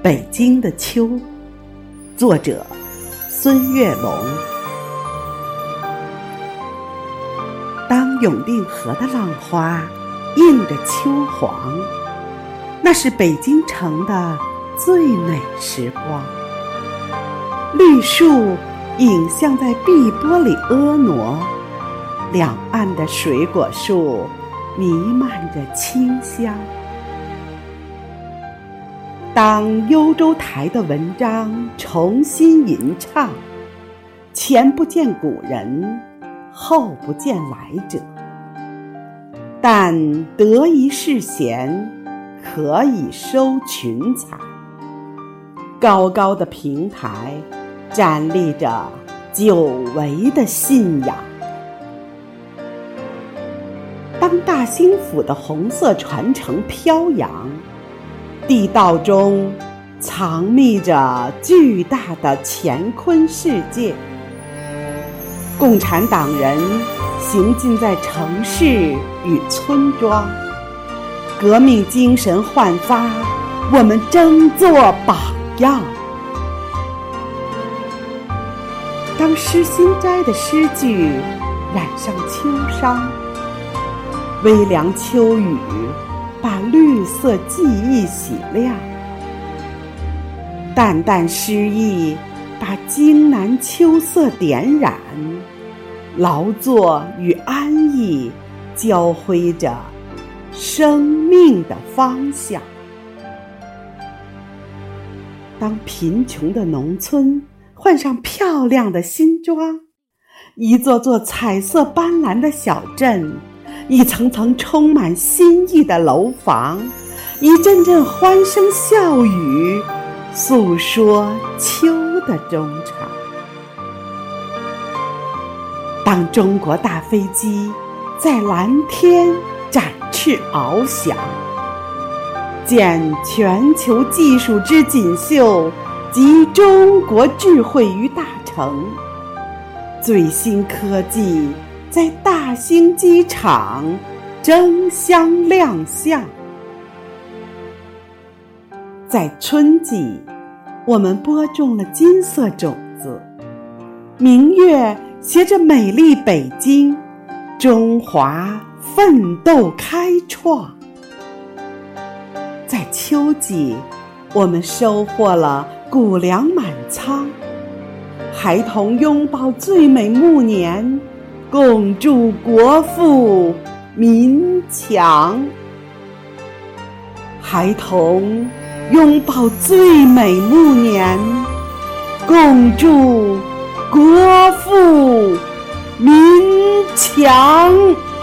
北京的秋，作者孙月龙。当永定河的浪花映着秋黄，那是北京城的最美时光。绿树影像在碧波里婀娜，两岸的水果树弥漫着清香。当幽州台的文章重新吟唱，前不见古人，后不见来者，但得一世闲，可以收群才。高高的平台站立着久违的信仰。当大兴府的红色传承飘扬，地道中藏匿着巨大的乾坤世界。共产党人行进在城市与村庄，革命精神焕发，我们争做榜样。当诗心斋的诗句染上秋殇，微凉秋雨把绿色记忆洗亮，淡淡诗意把荆南秋色点染，劳作与安逸交辉着生命的方向。当贫穷的农村换上漂亮的新装，一座座彩色斑斓的小镇，一层层充满新意的楼房，一阵阵欢声笑语，诉说秋的衷肠。当中国大飞机在蓝天展翅翱翔，见全球技术之锦绣，集中国智慧于大成，最新科技在大兴机场争相亮相。在春季，我们播种了金色种子，明月携着美丽北京，中华奋斗开创。在秋季，我们收获了谷粮满仓，孩童拥抱最美暮年，共筑国富民强。孩童拥抱最美暮年，共筑国富民强。